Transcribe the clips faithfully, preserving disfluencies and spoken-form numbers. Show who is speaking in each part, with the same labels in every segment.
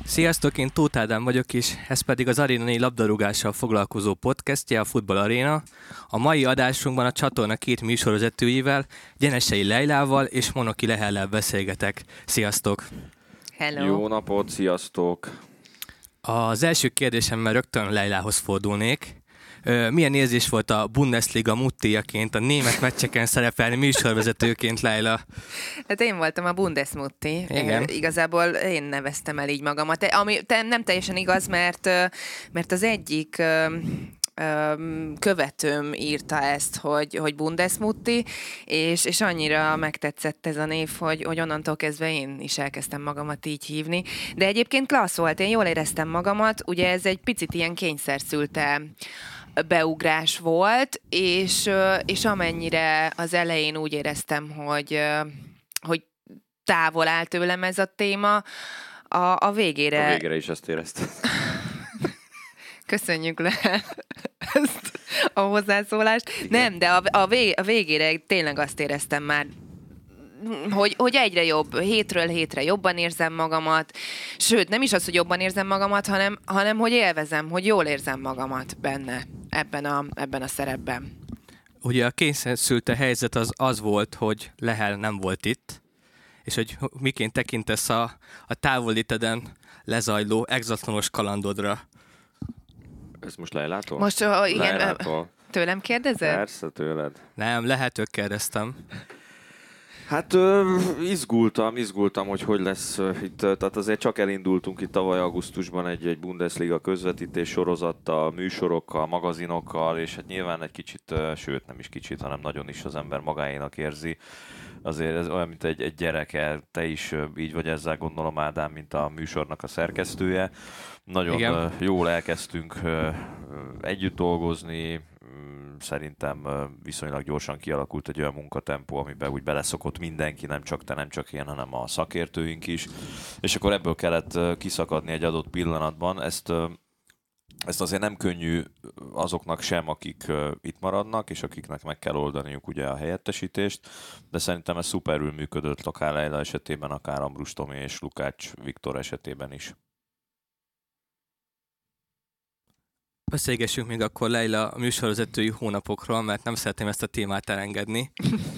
Speaker 1: Sziasztok, én Tóth Ádám vagyok, és ez pedig az Aréna négy labdarúgással foglalkozó podcastje, a Futball Aréna. A mai adásunkban a csatorna két műsorvezetőjével, Gyenesei Leilával és Monoki Lehellel beszélgetek. Sziasztok!
Speaker 2: Hello.
Speaker 3: Jó napot, sziasztok!
Speaker 1: Az első kérdésemmel rögtön Leilához fordulnék. Milyen érzés volt a Bundesliga muttijaként a német meccseken szerepelni műsorvezetőként, Leila?
Speaker 2: Hát én voltam a Bundesmutti.
Speaker 1: Igen.
Speaker 2: Igazából én neveztem el így magamat. Ami nem teljesen igaz, mert, mert az egyik követőm írta ezt, hogy, hogy Bundesmutti, és, és annyira megtetszett ez a név, hogy, hogy onnantól kezdve én is elkezdtem magamat így hívni. De egyébként klassz volt, én jól éreztem magamat, ugye ez egy picit ilyen kényszer szülte beugrás volt, és, és amennyire az elején úgy éreztem, hogy, hogy távol áll tőlem ez a téma, a, a végére...
Speaker 3: A végére is ezt éreztem.
Speaker 2: Köszönjük le ezt a hozzászólást. Igen. Nem, de a, a, vég, a végére tényleg azt éreztem már, hogy, hogy egyre jobb, hétről hétre jobban érzem magamat, sőt, nem is az, hogy jobban érzem magamat, hanem, hanem hogy élvezem, hogy jól érzem magamat benne, ebben a, ebben a szerepben.
Speaker 1: Ugye a kényszerszülte helyzet az az volt, hogy Lehel nem volt itt, és hogy miként tekintesz a, a távoliteden lezajló exatlonos kalandodra.
Speaker 3: Ez most Leilától?
Speaker 2: Most uh, igen,
Speaker 3: Leilától.
Speaker 2: Tőlem kérdezel?
Speaker 3: Persze, tőled.
Speaker 1: Nem, lehető kérdeztem.
Speaker 3: Hát uh, izgultam, izgultam, hogy hogy lesz uh, itt, tehát azért csak elindultunk itt tavaly augusztusban egy, egy Bundesliga közvetítés sorozattal, műsorokkal, magazinokkal, és hát nyilván egy kicsit, uh, sőt nem is kicsit, hanem nagyon is az ember magáénak érzi. Azért ez olyan, mint egy, egy gyereke, te is uh, így vagy ezzel, gondolom, Ádám, mint a műsornak a szerkesztője. Nagyon uh, jól elkezdtünk uh, együtt dolgozni, szerintem viszonylag gyorsan kialakult egy olyan munkatempó, amiben úgy beleszokott mindenki, nem csak te, nem csak én, hanem a szakértőink is. És akkor ebből kellett kiszakadni egy adott pillanatban. Ezt, ezt azért nem könnyű azoknak sem, akik itt maradnak, és akiknek meg kell oldaniuk ugye a helyettesítést, de szerintem ez szuperül működött, akár Leila esetében, akár Ambrus Tomi és Lukács Viktor esetében is.
Speaker 1: Beszélgessünk még akkor, Leila, a műsorvezetői hónapokról, mert nem szeretném ezt a témát elengedni.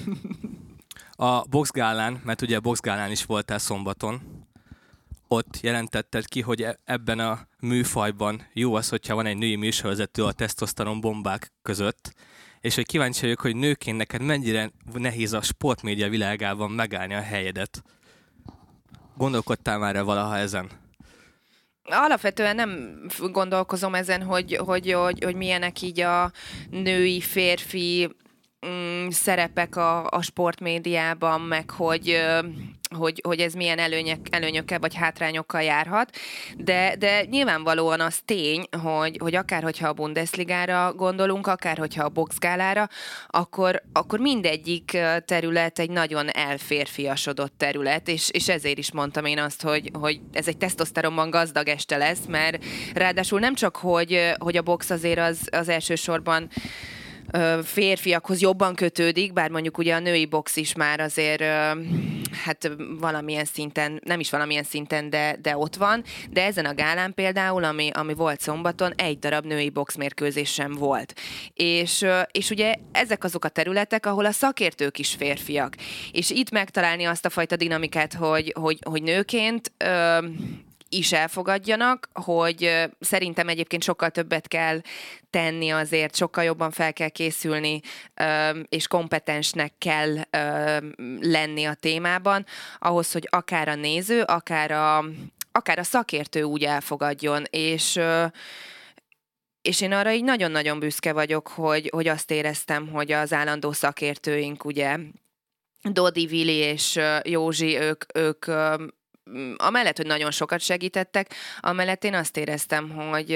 Speaker 1: A boxgálán, mert ugye a boxgálán is voltál szombaton, ott jelentetted ki, hogy ebben a műfajban jó az, hogyha van egy női műsorvezető a tesztoszteron bombák között, és hogy kíváncsi vagyok, hogy nőként neked mennyire nehéz a sportmédia világában megállni a helyedet. Gondolkodtál már valaha ezen?
Speaker 2: Alapvetően nem gondolkozom ezen, hogy, hogy, hogy, hogy milyenek így a női, férfi mm, szerepek a, a sportmédiában, meg hogy, hogy, hogy ez milyen előnyek, előnyökkel vagy hátrányokkal járhat, de, de nyilvánvalóan az tény, hogy, hogy akár hogyha a Bundesligára gondolunk, akár hogyha a boxgálára, akkor, akkor mindegyik terület egy nagyon elférfiasodott terület, és, és ezért is mondtam én azt, hogy, hogy ez egy tesztoszteronban gazdag este lesz, mert ráadásul nem csak, hogy, hogy a box azért az, az elsősorban férfiakhoz jobban kötődik, bár mondjuk ugye a női box is már azért hát valamilyen szinten, nem is valamilyen szinten, de, de ott van, de ezen a gálán például, ami, ami volt szombaton, egy darab női boxmérkőzés sem volt. És, és ugye ezek azok a területek, ahol a szakértők is férfiak. És itt megtalálni azt a fajta dinamikát, hogy, hogy, hogy nőként ö, is elfogadjanak, hogy szerintem egyébként sokkal többet kell tenni azért, sokkal jobban fel kell készülni, és kompetensnek kell lenni a témában, ahhoz, hogy akár a néző, akár a, akár a szakértő úgy elfogadjon, és És én arra így nagyon-nagyon büszke vagyok, hogy, hogy azt éreztem, hogy az állandó szakértőink, ugye Dodi, Vili és Józsi, ők, ők amellett, hogy nagyon sokat segítettek, amellett én azt éreztem, hogy,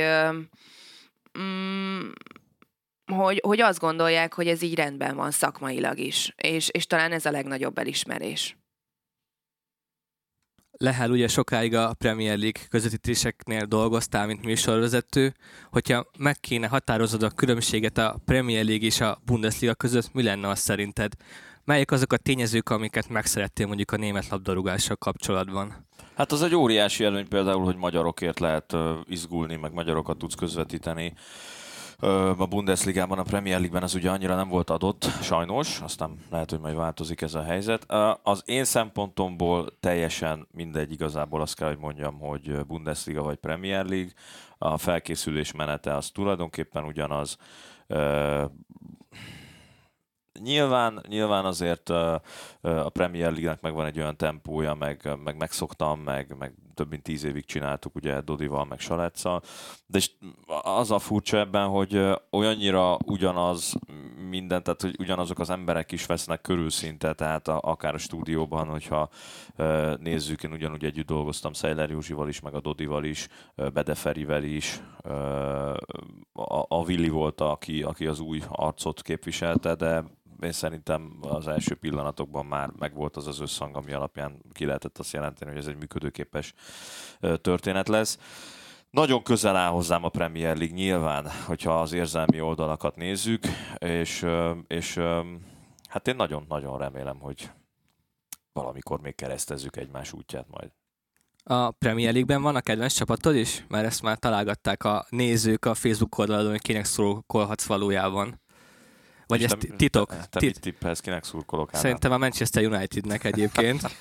Speaker 2: mm, hogy, hogy azt gondolják, hogy ez így rendben van szakmailag is, és, és talán ez a legnagyobb elismerés.
Speaker 1: Lehel, ugye sokáig a Premier League közvetítéseknél dolgoztál, mint műsorvezető. Hogyha meg kéne határozod a különbséget a Premier League és a Bundesliga között, mi lenne az szerinted? Melyik azok a tényezők, amiket megszerettél mondjuk a német labdarúgással kapcsolatban?
Speaker 3: Hát az egy óriási előny például, hogy magyarokért lehet uh, izgulni, meg magyarokat tudsz közvetíteni. Uh, a Bundesligában, a Premier League-ben ez ugye annyira nem volt adott, sajnos, aztán lehet, hogy majd változik ez a helyzet. Uh, az én szempontomból teljesen mindegy, igazából azt kell, hogy mondjam, hogy Bundesliga vagy Premier League. A felkészülés menete az tulajdonképpen ugyanaz. Uh, Nyilván, nyilván azért uh, a Premier League-nek megvan egy olyan tempója, meg, meg megszoktam, meg, meg több mint tíz évig csináltuk ugye Dodival, meg Saleccal, de az a furcsa ebben, hogy olyannyira ugyanaz minden, tehát hogy ugyanazok az emberek is vesznek körül szinte, tehát a, akár a stúdióban, hogyha uh, nézzük, én ugyanúgy együtt dolgoztam Szejler Józsival is, meg a Dodival is, uh, Bede Ferivel is, uh, a, a Willi volt, aki, aki az új arcot képviselte, de én szerintem az első pillanatokban már megvolt az az összhang, ami alapján ki lehetett azt jelenteni, hogy ez egy működőképes történet lesz. Nagyon közel áll hozzám a Premier League nyilván, hogyha az érzelmi oldalakat nézzük, és, és hát én nagyon-nagyon remélem, hogy valamikor még keresztezzük egymás útját majd.
Speaker 1: A Premier League-ben van a kedvenc csapatod is? Mert ezt már találgatták a nézők a Facebook oldalon, hogy kinek szurkolhatsz valójában. Vagy ez titok?
Speaker 3: Te, te mit tippelsz, kinek szurkolok?
Speaker 1: Szerintem a Manchester Unitednek egyébként.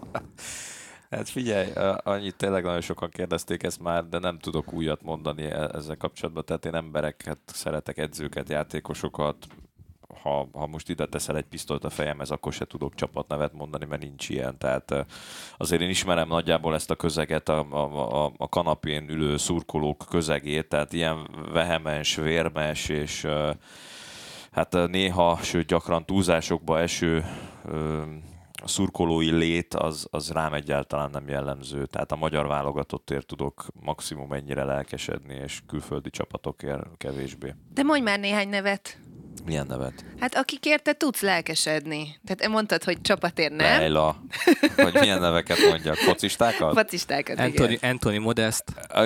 Speaker 3: Hát figyelj, annyit tényleg nagyon sokan kérdezték ezt már, de nem tudok újat mondani ezzel kapcsolatban. Tehát én embereket szeretek, edzőket, játékosokat. Ha, ha most ide teszel egy pisztolyt a fejemhez, akkor se tudok csapatnevet mondani, mert nincs ilyen. Tehát azért én ismerem nagyjából ezt a közeget, a, a, a kanapén ülő szurkolók közegét, tehát ilyen vehemens, vérmes és hát néha, sőt gyakran túlzásokba eső ö, a szurkolói lét az, az rám egyáltalán nem jellemző. Tehát a magyar válogatottért tudok maximum ennyire lelkesedni, és külföldi csapatokért kevésbé.
Speaker 2: De mondj már néhány nevet.
Speaker 3: Milyen nevet?
Speaker 2: Hát akikért te tudsz lelkesedni. Tehát mondtad, hogy csapatért nem.
Speaker 3: Leila. Hogy milyen neveket mondjak? Focistákat?
Speaker 2: Focistákat,
Speaker 1: Anthony,
Speaker 2: igen.
Speaker 1: Anthony Modest.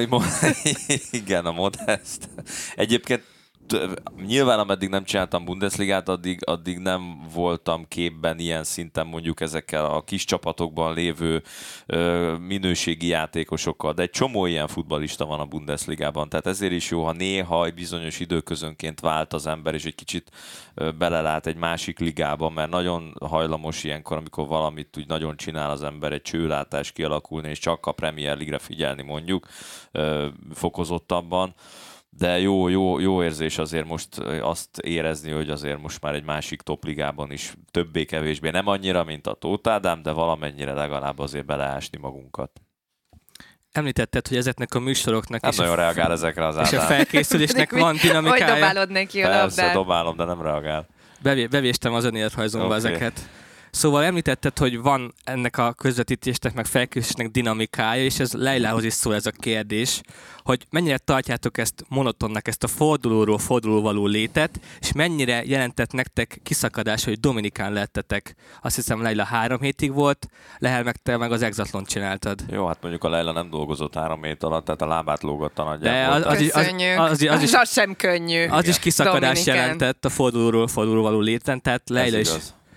Speaker 3: Igen, a Modest. Egyébként nyilván, ameddig nem csináltam Bundesligát, addig, addig nem voltam képben ilyen szinten mondjuk ezekkel a kis csapatokban lévő ö, minőségi játékosokkal, de egy csomó ilyen futballista van a Bundesligában, tehát ezért is jó, ha néha egy bizonyos időközönként vált az ember, és egy kicsit ö, belelát egy másik ligába, mert nagyon hajlamos ilyenkor, amikor valamit úgy nagyon csinál az ember, egy csőlátás kialakulni, és csak a Premier League-re figyelni mondjuk ö, fokozottabban. De jó, jó, jó érzés azért most azt érezni, hogy azért most már egy másik topligában is többé-kevésbé, nem annyira, mint a Tóth Ádám, de valamennyire legalább azért beleásni magunkat.
Speaker 1: Említetted, hogy ezeknek a műsoroknak
Speaker 3: nem
Speaker 1: és,
Speaker 3: nagyon
Speaker 1: a,
Speaker 3: reagál ezekre az
Speaker 1: és
Speaker 3: Ádám.
Speaker 1: a felkészülésnek van dinamikája.
Speaker 2: Hogy dobálod neki a labdát?
Speaker 3: Persze, dobálom, de nem reagál.
Speaker 1: Bevé, bevéstem az önéletrajzomba okay. ezeket. Szóval említetted, hogy van ennek a közvetítésnek, meg felkészülésnek dinamikája, és ez Leilához is szól ez a kérdés, hogy mennyire tartjátok ezt monotonnak, ezt a fordulóról forduló való létet, és mennyire jelentett nektek kiszakadás, hogy Dominikán lettetek. Azt hiszem Leila három hétig volt, Lehel meg te meg az Exatlont csináltad.
Speaker 3: Jó, hát mondjuk a Leila nem dolgozott három hét alatt, tehát a lábát lógatta nagyjából.
Speaker 2: De az, az, Köszönjük. Az, az, az, is, az sem könnyű.
Speaker 1: Az is kiszakadás
Speaker 2: Dominikán.
Speaker 1: jelentett a fordulóról forduló való léten, tehát Leila is...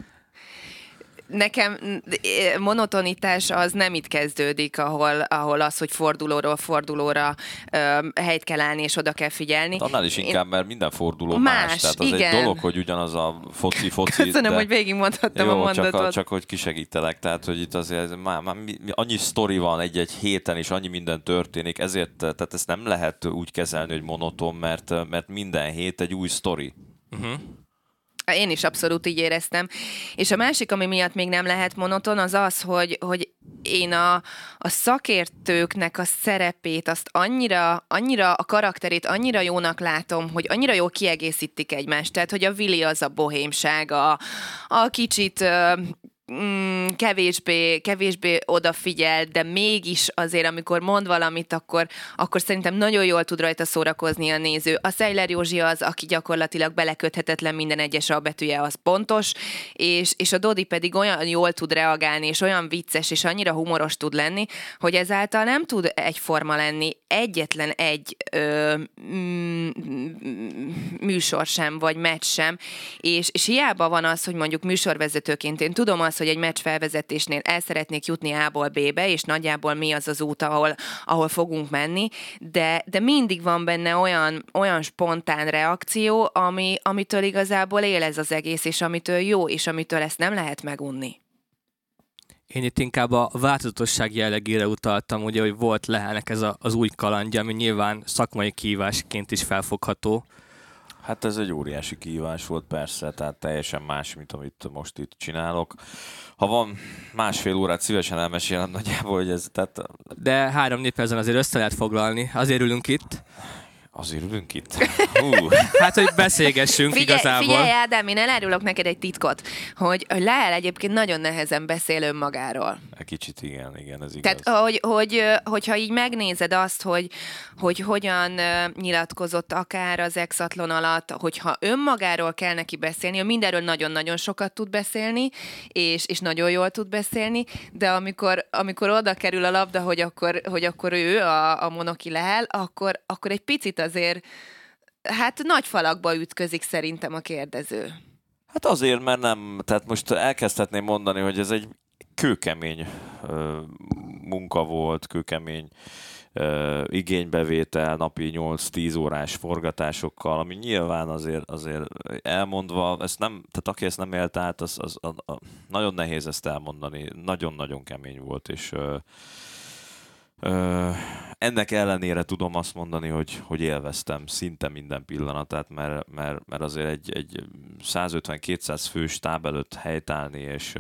Speaker 2: Nekem monotonitás az nem itt kezdődik, ahol, ahol az, hogy fordulóról fordulóra ö, helyt kell állni, és oda kell figyelni.
Speaker 3: Hát annál is inkább, mert minden forduló más. más. Tehát az igen. Egy dolog, hogy ugyanaz a foci-foci.
Speaker 2: Köszönöm, de... hogy végigmondhattam a mondatot.
Speaker 3: Csak, csak hogy kisegítelek. Tehát, hogy itt azért már, már annyi sztori van egy-egy héten, és annyi minden történik, ezért tehát ezt nem lehet úgy kezelni, hogy monoton, mert, mert minden hét egy új sztori. Uh-huh.
Speaker 2: Én is abszolút így éreztem. És a másik, ami miatt még nem lehet monoton, az az, hogy, hogy én a, a szakértőknek a szerepét, azt annyira, annyira a karakterét annyira jónak látom, hogy annyira jól kiegészítik egymást. Tehát, hogy a Willi az a bohémság, a, a kicsit... mm, kevésbé, kevésbé odafigyel, de mégis azért, amikor mond valamit, akkor, akkor szerintem nagyon jól tud rajta szórakozni a néző. A Seiler Józsi az, aki gyakorlatilag beleköthetetlen, minden egyes a betűje az pontos, és, és a Dodi pedig olyan jól tud reagálni, és olyan vicces, és annyira humoros tud lenni, hogy ezáltal nem tud egyforma lenni egyetlen egy ö, mm, műsor sem, vagy meccs sem, és, és hiába van az, hogy mondjuk műsorvezetőként én tudom azt, hogy egy meccs felvezetésnél el szeretnék jutni A-ból B-be, és nagyjából mi az az út, ahol, ahol fogunk menni, de, de mindig van benne olyan, olyan spontán reakció, ami, amitől igazából él ez az egész, és amitől jó, és amitől ezt nem lehet megunni.
Speaker 1: Én itt inkább a változatosság jellegére utaltam, ugye, hogy volt Lehelnek ez a, az új kalandja, ami nyilván szakmai kihívásként is felfogható.
Speaker 3: Hát ez egy óriási kihívás volt persze, tehát teljesen más, mint amit most itt csinálok. Ha van másfél órát, szívesen elmesélem nagyjából, hogy ez... Tehát...
Speaker 1: De három-négy percen azért össze lehet foglalni, azért ülünk itt.
Speaker 3: Azért ülünk itt? Hú.
Speaker 1: Hát, hogy beszélgessünk
Speaker 2: figyelj,
Speaker 1: igazából.
Speaker 2: Figyelj, Ádám, én elárulok neked egy titkot, hogy Lehel egyébként nagyon nehezen beszél önmagáról.
Speaker 3: Kicsit igen, igen, ez igaz.
Speaker 2: Tehát, hogy, hogy, hogyha így megnézed azt, hogy, hogy hogyan nyilatkozott akár az exatlon alatt, hogyha önmagáról kell neki beszélni, mindenről nagyon-nagyon sokat tud beszélni, és, és nagyon jól tud beszélni, de amikor, amikor oda kerül a labda, hogy akkor, hogy akkor ő a, a Monoki Lehel, akkor, akkor egy picit azért, hát nagy falakba ütközik szerintem a kérdező.
Speaker 3: Hát azért, mert nem, tehát most elkezdhetném mondani, hogy ez egy kőkemény ö, munka volt, kőkemény ö, igénybevétel, napi nyolc-tíz órás forgatásokkal, ami nyilván azért, azért elmondva, ezt nem, tehát aki ezt nem élt át, az, az, az, az, nagyon nehéz ezt elmondani, nagyon-nagyon kemény volt, és ö, ö, ennek ellenére tudom azt mondani, hogy, hogy élveztem szinte minden pillanatát, mert, mert, mert azért egy, egy százötven-kétszáz fős táb előtt helytállni, és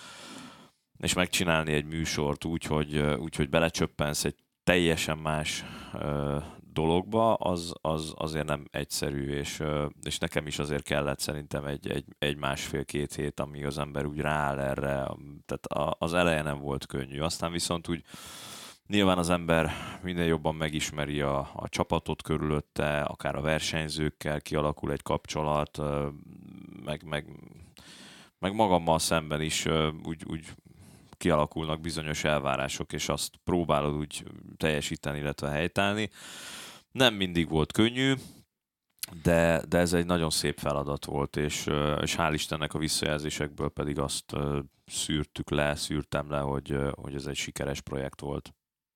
Speaker 3: és megcsinálni egy műsort úgy, hogy, úgy, hogy belecsöppensz egy teljesen más ö, dologba, az, az azért nem egyszerű, és, ö, és nekem is azért kellett szerintem egy, egy, egy másfél-két hét, amíg az ember úgy rááll erre, tehát a, az eleje nem volt könnyű. Aztán viszont úgy nyilván az ember minden jobban megismeri a, a csapatot körülötte, akár a versenyzőkkel kialakul egy kapcsolat, ö, meg, meg, meg magammal szemben is ö, úgy, úgy kialakulnak bizonyos elvárások, és azt próbálod úgy teljesíteni, illetve helytállni. Nem mindig volt könnyű, de, de ez egy nagyon szép feladat volt, és, és hál' Istennek a visszajelzésekből pedig azt szűrtük le, szűrtem le, hogy, hogy ez egy sikeres projekt volt.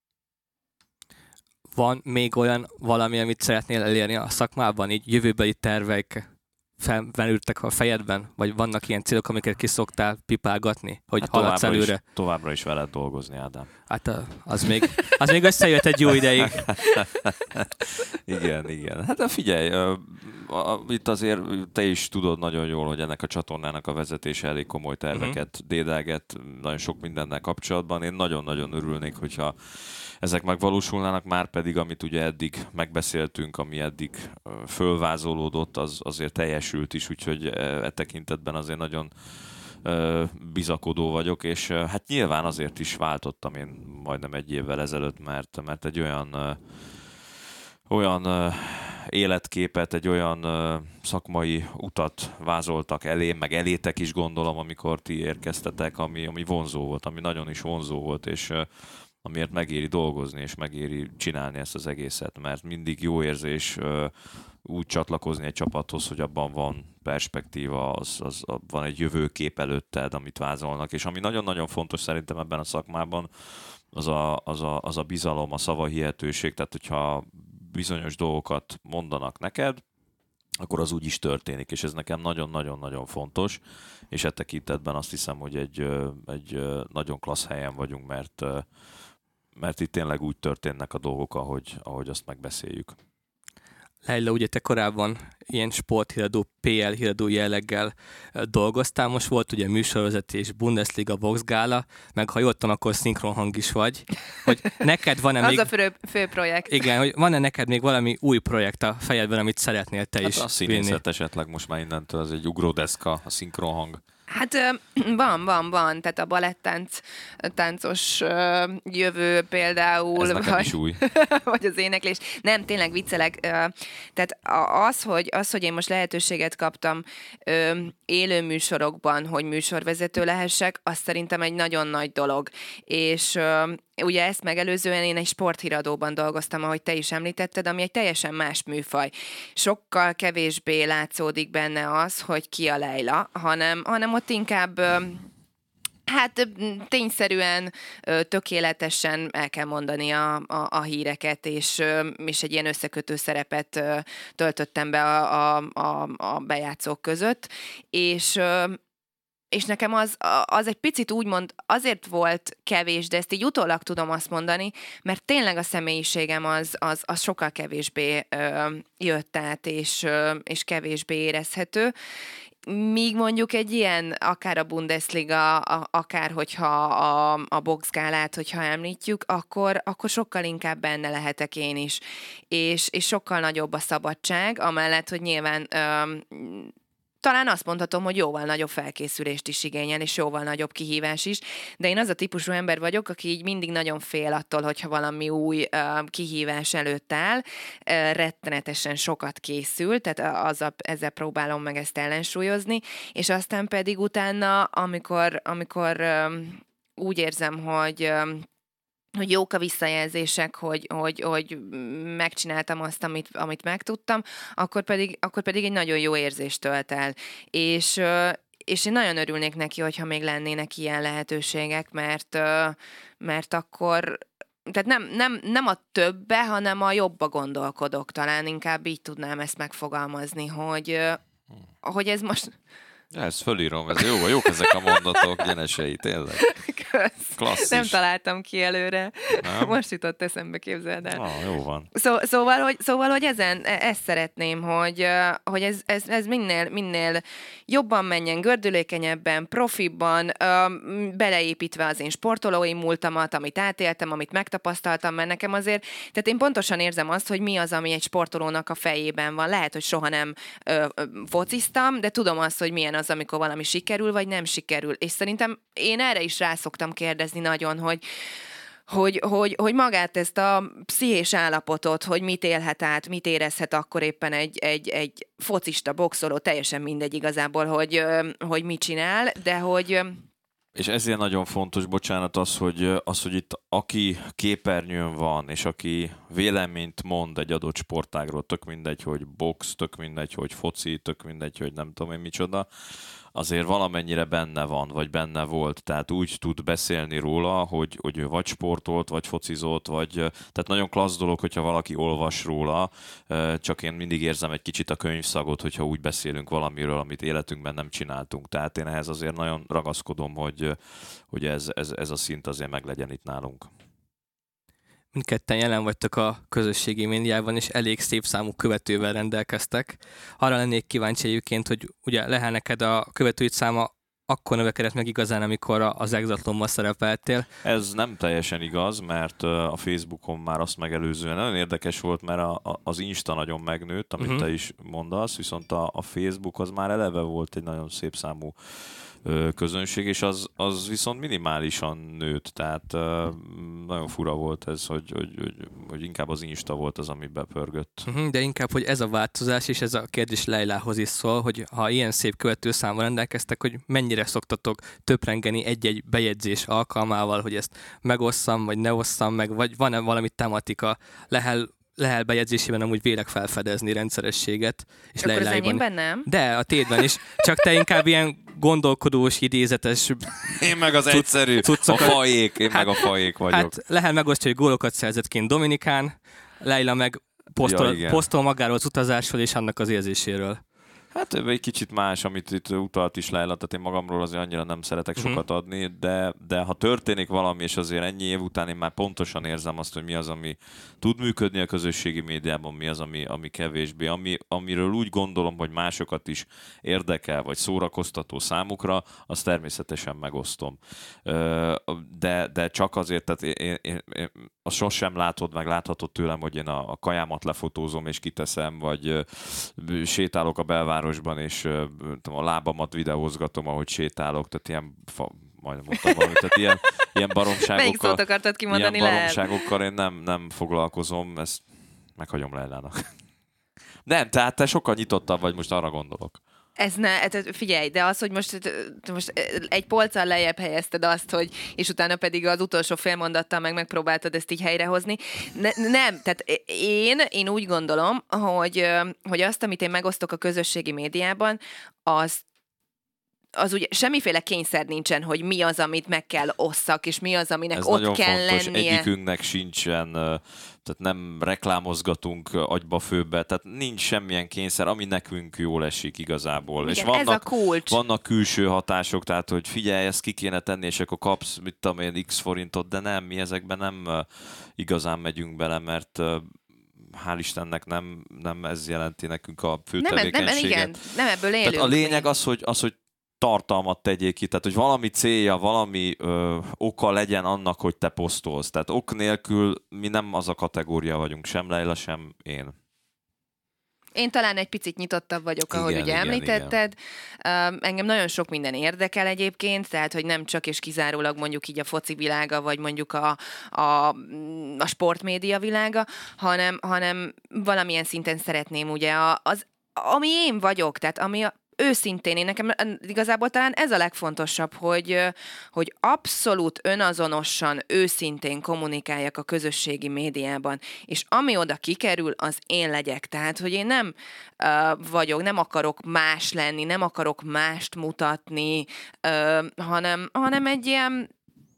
Speaker 1: Van még olyan valami, amit szeretnél elérni a szakmában, így jövőbeli terveik felmerültek a fejedben? Vagy vannak ilyen célok, amiket ki szoktál pipálgatni? Hogy hát haladsz előre?
Speaker 3: Is, továbbra is veled dolgozni, Ádám.
Speaker 1: Hát az még, az még összejött egy jó ideig.
Speaker 3: Igen, igen. Hát figyelj, itt azért te is tudod nagyon jól, hogy ennek a csatornának a vezetése elég komoly terveket uh-huh. dédelget, nagyon sok mindennel kapcsolatban. Én nagyon-nagyon örülnék, hogyha ezek megvalósulnának, már pedig, amit ugye eddig megbeszéltünk, ami eddig fölvázolódott, az azért teljesült is, úgyhogy e tekintetben azért nagyon bizakodó vagyok, és hát nyilván azért is váltottam én majdnem egy évvel ezelőtt, mert, mert egy olyan, olyan életképet, egy olyan szakmai utat vázoltak elém, meg elétek is gondolom, amikor ti érkeztetek, ami, ami vonzó volt, ami nagyon is vonzó volt, és amiért megéri dolgozni, és megéri csinálni ezt az egészet, mert mindig jó érzés úgy csatlakozni egy csapathoz, hogy abban van perspektíva, az, az, van egy jövőkép előtted, amit vázolnak, és ami nagyon-nagyon fontos szerintem ebben a szakmában, az a, az a, az a bizalom, a szavahihetőség, tehát hogyha bizonyos dolgokat mondanak neked, akkor az úgy is történik, és ez nekem nagyon-nagyon-nagyon fontos, és e tekintetben azt hiszem, hogy egy, egy nagyon klassz helyen vagyunk, mert, mert itt tényleg úgy történnek a dolgok, ahogy, ahogy azt megbeszéljük.
Speaker 1: Leila, ugye te korábban ilyen sporthíradó, pé el híradó jelleggel dolgoztál, most volt ugye műsorvezetés, Bundesliga, Boxgála, meg ha jól tudom, akkor szinkronhang is vagy. Hogy neked van-e még...
Speaker 2: Az a fő, fő projekt.
Speaker 1: Igen, hogy van-e neked még valami új projekt a fejedben, amit szeretnél te
Speaker 3: hát
Speaker 1: is
Speaker 3: a színészet esetleg most már innentől, az egy ugródeszka, a szinkronhang.
Speaker 2: Hát van, van, van. Tehát a balettánc táncos jövő például.
Speaker 4: Ez nekem
Speaker 2: vagy,
Speaker 4: is új.
Speaker 2: vagy az éneklés. Nem, tényleg viccelek. Tehát az, hogy, az, hogy én most lehetőséget kaptam élő műsorokban, hogy műsorvezető lehessek, az szerintem egy nagyon nagy dolog. És ugye ezt megelőzően én egy sporthíradóban dolgoztam, ahogy te is említetted, ami egy teljesen más műfaj. Sokkal kevésbé látszódik benne az, hogy ki a Leila, hanem, hanem ott inkább hát tényszerűen, tökéletesen el kell mondani a, a, a híreket, és, és egy ilyen összekötő szerepet töltöttem be a, a, a, a bejátszók között, és És nekem az, az egy picit úgymond azért volt kevés, de ezt így utólag tudom azt mondani, mert tényleg a személyiségem az, az, az sokkal kevésbé ö, jött át, és, ö, és kevésbé érezhető. Míg mondjuk egy ilyen, akár a Bundesliga, a, akár hogyha a, a boxgálát, hogyha említjük, akkor, akkor sokkal inkább benne lehetek én is. És, és sokkal nagyobb a szabadság, amellett, hogy nyilván ö, talán azt mondhatom, hogy jóval nagyobb felkészülést is igényel, és jóval nagyobb kihívás is, de én az a típusú ember vagyok, aki így mindig nagyon fél attól, hogyha valami új uh, kihívás előtt áll, uh, rettenetesen sokat készül, tehát az a, ezzel próbálom meg ezt ellensúlyozni, és aztán pedig utána, amikor, amikor um, úgy érzem, hogy um, hogy jók a visszajelzések, hogy, hogy, hogy megcsináltam azt, amit, amit megtudtam, akkor pedig, akkor pedig egy nagyon jó érzést tölt el. És, és én nagyon örülnék neki, hogyha még lennének ilyen lehetőségek, mert, mert akkor tehát nem, nem, nem a többe, hanem a jobba gondolkodok. Talán inkább így tudnám ezt megfogalmazni, hogy, hogy ez most...
Speaker 4: Ja, ezt fölírom, ez jó, jók ezek a mondatok, gyenesei, tényleg.
Speaker 2: Kösz.
Speaker 4: Klasszis.
Speaker 2: Nem találtam ki előre.
Speaker 4: Nem?
Speaker 2: Most jutott eszembe, képzeld el.
Speaker 4: Ah, jó van.
Speaker 2: Szó, szóval, hogy, szóval, hogy ezen, ezt szeretném, hogy, hogy ez, ez, ez minél, minél jobban menjen, gördülékenyebben, profibban, beleépítve az én sportolói múltamat, amit átéltem, amit megtapasztaltam, mert nekem azért, tehát én pontosan érzem azt, hogy mi az, ami egy sportolónak a fejében van. Lehet, hogy soha nem ö, ö, fociztam, de tudom azt, hogy milyen az, amikor valami sikerül, vagy nem sikerül. És szerintem én erre is rá szoktam kérdezni nagyon, hogy Hogy, hogy, hogy magát ezt a pszichés állapotot, hogy mit élhet át, mit érezhet akkor éppen egy, egy, egy focista, boxoló, teljesen mindegy igazából, hogy, hogy mit csinál, de hogy...
Speaker 4: És ezért nagyon fontos, bocsánat, az, hogy, az, hogy itt aki képernyőn van, és aki véleményt mond egy adott sportágról, tök mindegy, hogy box, tök mindegy, hogy foci, tök mindegy, hogy nem tudom én micsoda, azért valamennyire benne van, vagy benne volt, tehát úgy tud beszélni róla, hogy, hogy ő vagy sportolt, vagy focizott, vagy, tehát nagyon klassz dolog, hogyha valaki olvas róla, csak én mindig érzem egy kicsit a könyvszagot, hogyha úgy beszélünk valamiről, amit életünkben nem csináltunk, tehát én ehhez azért nagyon ragaszkodom, hogy, hogy ez, ez, ez a szint azért meglegyen itt nálunk.
Speaker 1: Mindketten jelen vagytok a közösségi médiában, és elég szép számú követővel rendelkeztek. Arra lennék kíváncsi egyébként, hogy ugye Lehel, neked a követőid száma akkor növekedett meg igazán, amikor az Exatlonban szerepeltél.
Speaker 4: Ez nem teljesen igaz, mert a Facebookon már azt megelőzően nagyon érdekes volt, mert a, a, az Insta nagyon megnőtt, amit uh-huh. te is mondasz, viszont a, a Facebook az már eleve volt egy nagyon szép számú közönség, és az, az viszont minimálisan nőtt, tehát uh, nagyon fura volt ez, hogy, hogy, hogy, hogy inkább az Insta volt az, ami bepörgött.
Speaker 1: Uh-huh, de inkább, hogy ez a változás, és ez a kérdés Leilához is szól, hogy ha ilyen szép követőszámmal rendelkeztek, hogy mennyire szoktatok töprengeni egy-egy bejegyzés alkalmával, hogy ezt megosszam, vagy ne osszam meg, vagy van-e valami tematika Lehel Lehel bejegyzésében amúgy vélek felfedezni rendszerességet. És
Speaker 2: akkor az enyémben nem?
Speaker 1: De, a tédben is. Csak te inkább ilyen gondolkodós, idézetes...
Speaker 4: Én meg az egyszerű, cuccokat. A fajék, én hát, meg a fajék vagyok.
Speaker 1: Hát Lehel megosztja, hogy gólokat szerzett kint Dominikán, Leila meg posztol, ja, posztol magáról az utazásról és annak az érzéséről.
Speaker 4: Hát egy kicsit más, amit itt utalt is Leila, tehát én magamról azért annyira nem szeretek uh-huh. sokat adni, de, de ha történik valami, és azért ennyi év után én már pontosan érzem azt, hogy mi az, ami tud működni a közösségi médiában, mi az, ami, ami kevésbé, ami, amiről úgy gondolom, hogy másokat is érdekel, vagy szórakoztató számukra, azt természetesen megosztom. De, de csak azért, tehát én, én, én, azt sosem látod, meg láthatod tőlem, hogy én a, a kajámat lefotózom és kiteszem, vagy sétálok a belvárosban, fővárosban, és a lábamat videózgatom, ahogy sétálok, tehát ilyen, fa, majdnem mondtam valamit, tehát ilyen, ilyen baromságokkal,
Speaker 2: Melyik szót akartad kimondani,
Speaker 4: ilyen
Speaker 2: lehet?
Speaker 4: baromságokkal én nem, nem foglalkozom, ezt meghagyom Leilának. Nem, tehát te sokkal nyitottabb vagy, most arra gondolok.
Speaker 2: Ez ne, figyelj, de az, hogy most, most egy polccal lejjebb helyezted azt, hogy, és utána pedig az utolsó félmondattal meg megpróbáltad ezt így helyrehozni. Ne, nem, tehát én, én úgy gondolom, hogy, hogy azt, amit én megosztok a közösségi médiában, az az ugye semmiféle kényszer nincsen, hogy mi az, amit meg kell osszak, és mi az, aminek
Speaker 4: ez
Speaker 2: ott kell
Speaker 4: fontos.
Speaker 2: lennie.
Speaker 4: Egyikünknek sincsen, tehát nem reklámozgatunk agyba főbe, tehát nincs semmilyen kényszer, ami nekünk jól esik igazából.
Speaker 2: Igen,
Speaker 4: és vannak,
Speaker 2: ez a kulcs.
Speaker 4: Vannak külső hatások, tehát hogy figyelj, ezt ki kéne tenni, és akkor kapsz, mit tudom én, x forintot, de nem, mi ezekben nem igazán megyünk bele, mert hál' Istennek nem, nem ez jelenti nekünk a fő
Speaker 2: nem,
Speaker 4: tevékenységet.
Speaker 2: Nem, igen, nem ebből élünk.
Speaker 4: Tehát a lényeg az, hogy, az, hogy tartalmat tegyék ki, tehát hogy valami célja, valami ö, oka legyen annak, hogy te posztolsz. Tehát ok nélkül mi nem az a kategória vagyunk, sem Leila, sem én.
Speaker 2: Én talán egy picit nyitottabb vagyok, ahogy
Speaker 4: igen,
Speaker 2: ugye
Speaker 4: igen,
Speaker 2: említetted. Igen. Engem nagyon sok minden érdekel egyébként, tehát hogy nem csak és kizárólag mondjuk így a foci világa, vagy mondjuk a, a, a sportmédia világa, hanem, hanem valamilyen szinten szeretném ugye az, ami én vagyok, tehát ami a őszintén, én nekem igazából talán ez a legfontosabb, hogy, hogy abszolút önazonosan, őszintén kommunikáljak a közösségi médiában, és ami oda kikerül, az én legyek. Tehát, hogy én nem uh, vagyok, nem akarok más lenni, nem akarok mást mutatni, uh, hanem, hanem egy ilyen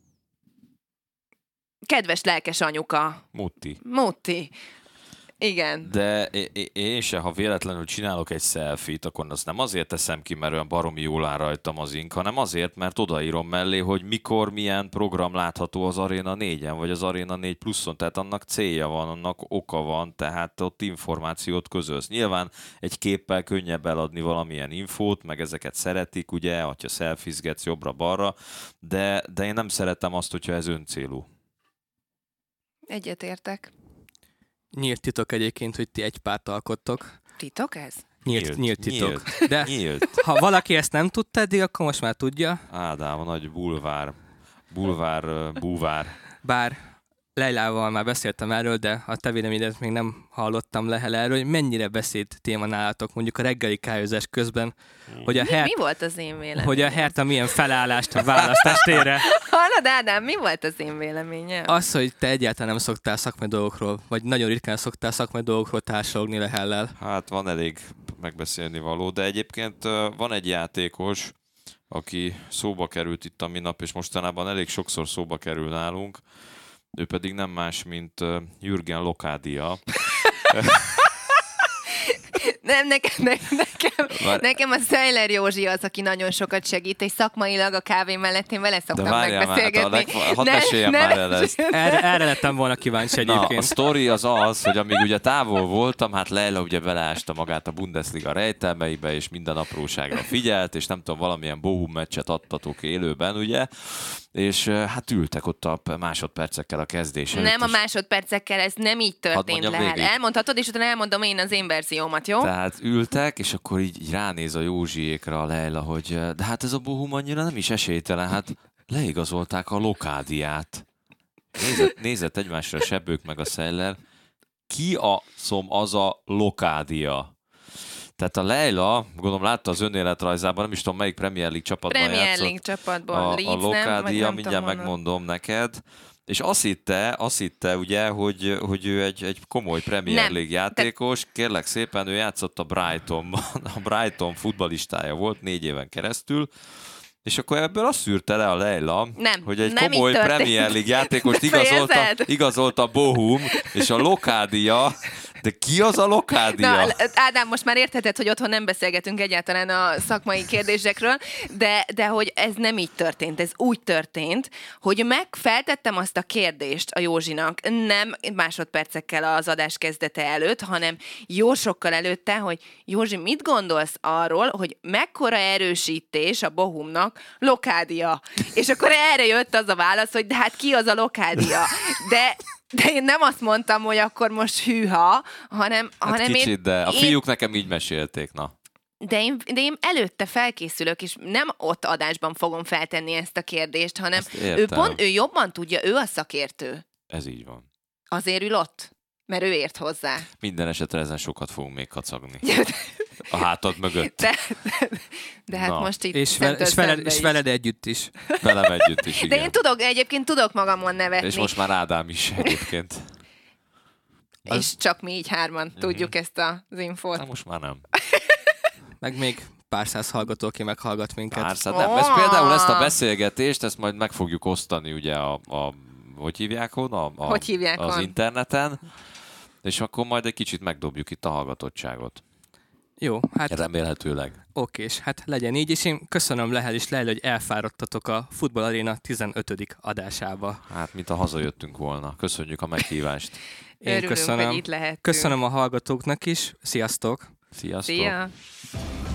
Speaker 2: kedves, lelkes anyuka.
Speaker 4: Mutti.
Speaker 2: Mutti. Igen.
Speaker 4: De én se, ha véletlenül csinálok egy selfie-t, akkor azt nem azért teszem ki, mert olyan baromi jól áll rajtam az ink, hanem azért, mert odaírom mellé, hogy mikor milyen program látható az Arena négyen, vagy az Arena négy pluszon, tehát annak célja van, annak oka van, tehát ott információt közölsz. Nyilván egy képpel könnyebb eladni valamilyen infót, meg ezeket szeretik, ugye, ha selfizgetsz jobbra-balra, de, de én nem szeretem azt, hogyha ez öncélú.
Speaker 2: Egyetértek.
Speaker 1: Nyílt titok egyébként, hogy ti egy párt alkottok.
Speaker 2: Titok ez?
Speaker 1: Nyílt, nyílt, nyílt titok.
Speaker 4: Nyílt.
Speaker 1: De
Speaker 4: nyílt.
Speaker 1: ha valaki ezt nem tudta eddig, akkor most már tudja.
Speaker 4: Ádám, a nagy bulvár, bulvár, búvár.
Speaker 1: Bár Leilával már beszéltem erről, de a te véleményedet még nem hallottam Lehel erről, hogy mennyire beszéd téma nálatok mondjuk a reggeli kályozás közben, hogy a
Speaker 2: mi,
Speaker 1: Hert,
Speaker 2: mi volt az én véleményem?
Speaker 1: hogy a Hertha milyen felállást választ estére.
Speaker 2: Hallod, Ádám, mi volt az én véleményem?
Speaker 1: Az, hogy te egyáltalán nem szoktál szakmai dolgokról, vagy nagyon ritkán szoktál szakmai dolgokról társalogni Lehellel.
Speaker 4: Hát van elég megbeszélni való, de egyébként van egy játékos, aki szóba került itt a minap, és mostanában elég sokszor szóba kerül nálunk, ő pedig nem más, mint Jürgen Lokádia.
Speaker 2: Nem, nekem, ne, nekem, Vár... nekem a Seiler Józsi az, aki nagyon sokat segít, és szakmailag a kávé mellett én vele szoktam megbeszélgetni.
Speaker 4: De várjál már, hadd meséljem már el ezt.
Speaker 1: Erre, erre lettem volna kíváncsi egyébként.
Speaker 4: Na, a sztori az az, hogy amíg ugye távol voltam, hát Leila ugye beleásta magát a Bundesliga rejtelmeibe, és minden apróságra figyelt, és nem tudom, valamilyen Bochum meccset adtatok élőben, ugye, és hát ültek ott a másodpercekkel a kezdés előtt.
Speaker 2: Nem a másodpercekkel, ez nem így történt le. Elmondhatod, és utána elmondom én az én verziómat, jó?
Speaker 4: Tehát ültek, és akkor így, így ránéz a Józsiékra a Leila, hogy de hát ez a Bochum annyira nem is esélytelen, hát leigazolták a Lokádiát. Nézett, nézett egymásra a Sebők meg a Seiler. Ki a szom az a Lokádia? Tehát a Leila, gondolom látta az önéletrajzában, nem is tudom melyik Premier League csapatban
Speaker 2: Premier
Speaker 4: játszott.
Speaker 2: League csapatban,
Speaker 4: a,
Speaker 2: Leeds,
Speaker 4: a Lokádia,
Speaker 2: nem,
Speaker 4: mindjárt
Speaker 2: nem
Speaker 4: megmondom neked. És azt hitte, azt hitte ugye, hogy, hogy ő egy, egy komoly Premier League játékos. Kérlek szépen, ő játszott a Brightonban. A Brighton futballistája volt négy éven keresztül. És akkor ebből azt szűrte le a Leila,
Speaker 2: nem,
Speaker 4: hogy egy
Speaker 2: nem
Speaker 4: komoly Premier League játékost igazolta, igazolta Bochum, és a Lokádia. De ki az a Lokádia?
Speaker 2: Na, Ádám, most már értheted, hogy otthon nem beszélgetünk egyáltalán a szakmai kérdésekről, de, de hogy ez nem így történt, ez úgy történt, hogy megfeltettem azt a kérdést a Józsinak, nem másodpercekkel az adás kezdete előtt, hanem jó sokkal előtte, hogy Józsi, mit gondolsz arról, hogy mekkora erősítés a Bochumnak Lokádia? És akkor erre jött az a válasz, hogy de hát ki az a Lokádia? De... De én nem azt mondtam, hogy akkor most hűha, hanem,
Speaker 4: hát
Speaker 2: hanem
Speaker 4: kicsit,
Speaker 2: én...
Speaker 4: de a
Speaker 2: én...
Speaker 4: fiúk nekem így mesélték, na.
Speaker 2: De én, de én előtte felkészülök, és nem ott adásban fogom feltenni ezt a kérdést, hanem ő, pont, ő jobban tudja, ő a szakértő.
Speaker 4: Ez így van.
Speaker 2: Azért ül ott, mert ő ért hozzá.
Speaker 4: Minden esetre ezen sokat fogunk még kacagni. A hátad mögött.
Speaker 2: De, de, de hát
Speaker 4: Na.
Speaker 2: most itt
Speaker 1: És, vel, és, veled, és veled együtt is.
Speaker 4: Velem együtt is, igen.
Speaker 2: De én tudok, egyébként tudok magamon nevetni.
Speaker 4: És most már Ádám is egyébként.
Speaker 2: Az... És csak mi így hárman mm-hmm. tudjuk ezt az infót.
Speaker 4: Na, most már nem.
Speaker 1: Meg még pár száz hallgató, aki meghallgat minket.
Speaker 4: Pár száz, nem. Ez például ezt a beszélgetést, ezt majd meg fogjuk osztani, ugye, a, a hogy hívják hon? A, a,
Speaker 2: hogy hívják
Speaker 4: az
Speaker 2: hon?
Speaker 4: interneten, és akkor majd egy kicsit megdobjuk itt a hallgatottságot.
Speaker 1: Jó, hát...
Speaker 4: Remélhetőleg.
Speaker 1: Okés, hát legyen így, és én köszönöm Lehel és Lehel, hogy elfáradtatok a Futball Aréna tizenötödik adásába.
Speaker 4: Hát, mint a hazajöttünk volna. Köszönjük a meghívást.
Speaker 1: Én
Speaker 2: Örülünk,
Speaker 1: köszönöm.
Speaker 2: hogy itt lehettünk.
Speaker 1: Köszönöm a hallgatóknak is. Sziasztok!
Speaker 4: Sziasztok!
Speaker 2: Szia!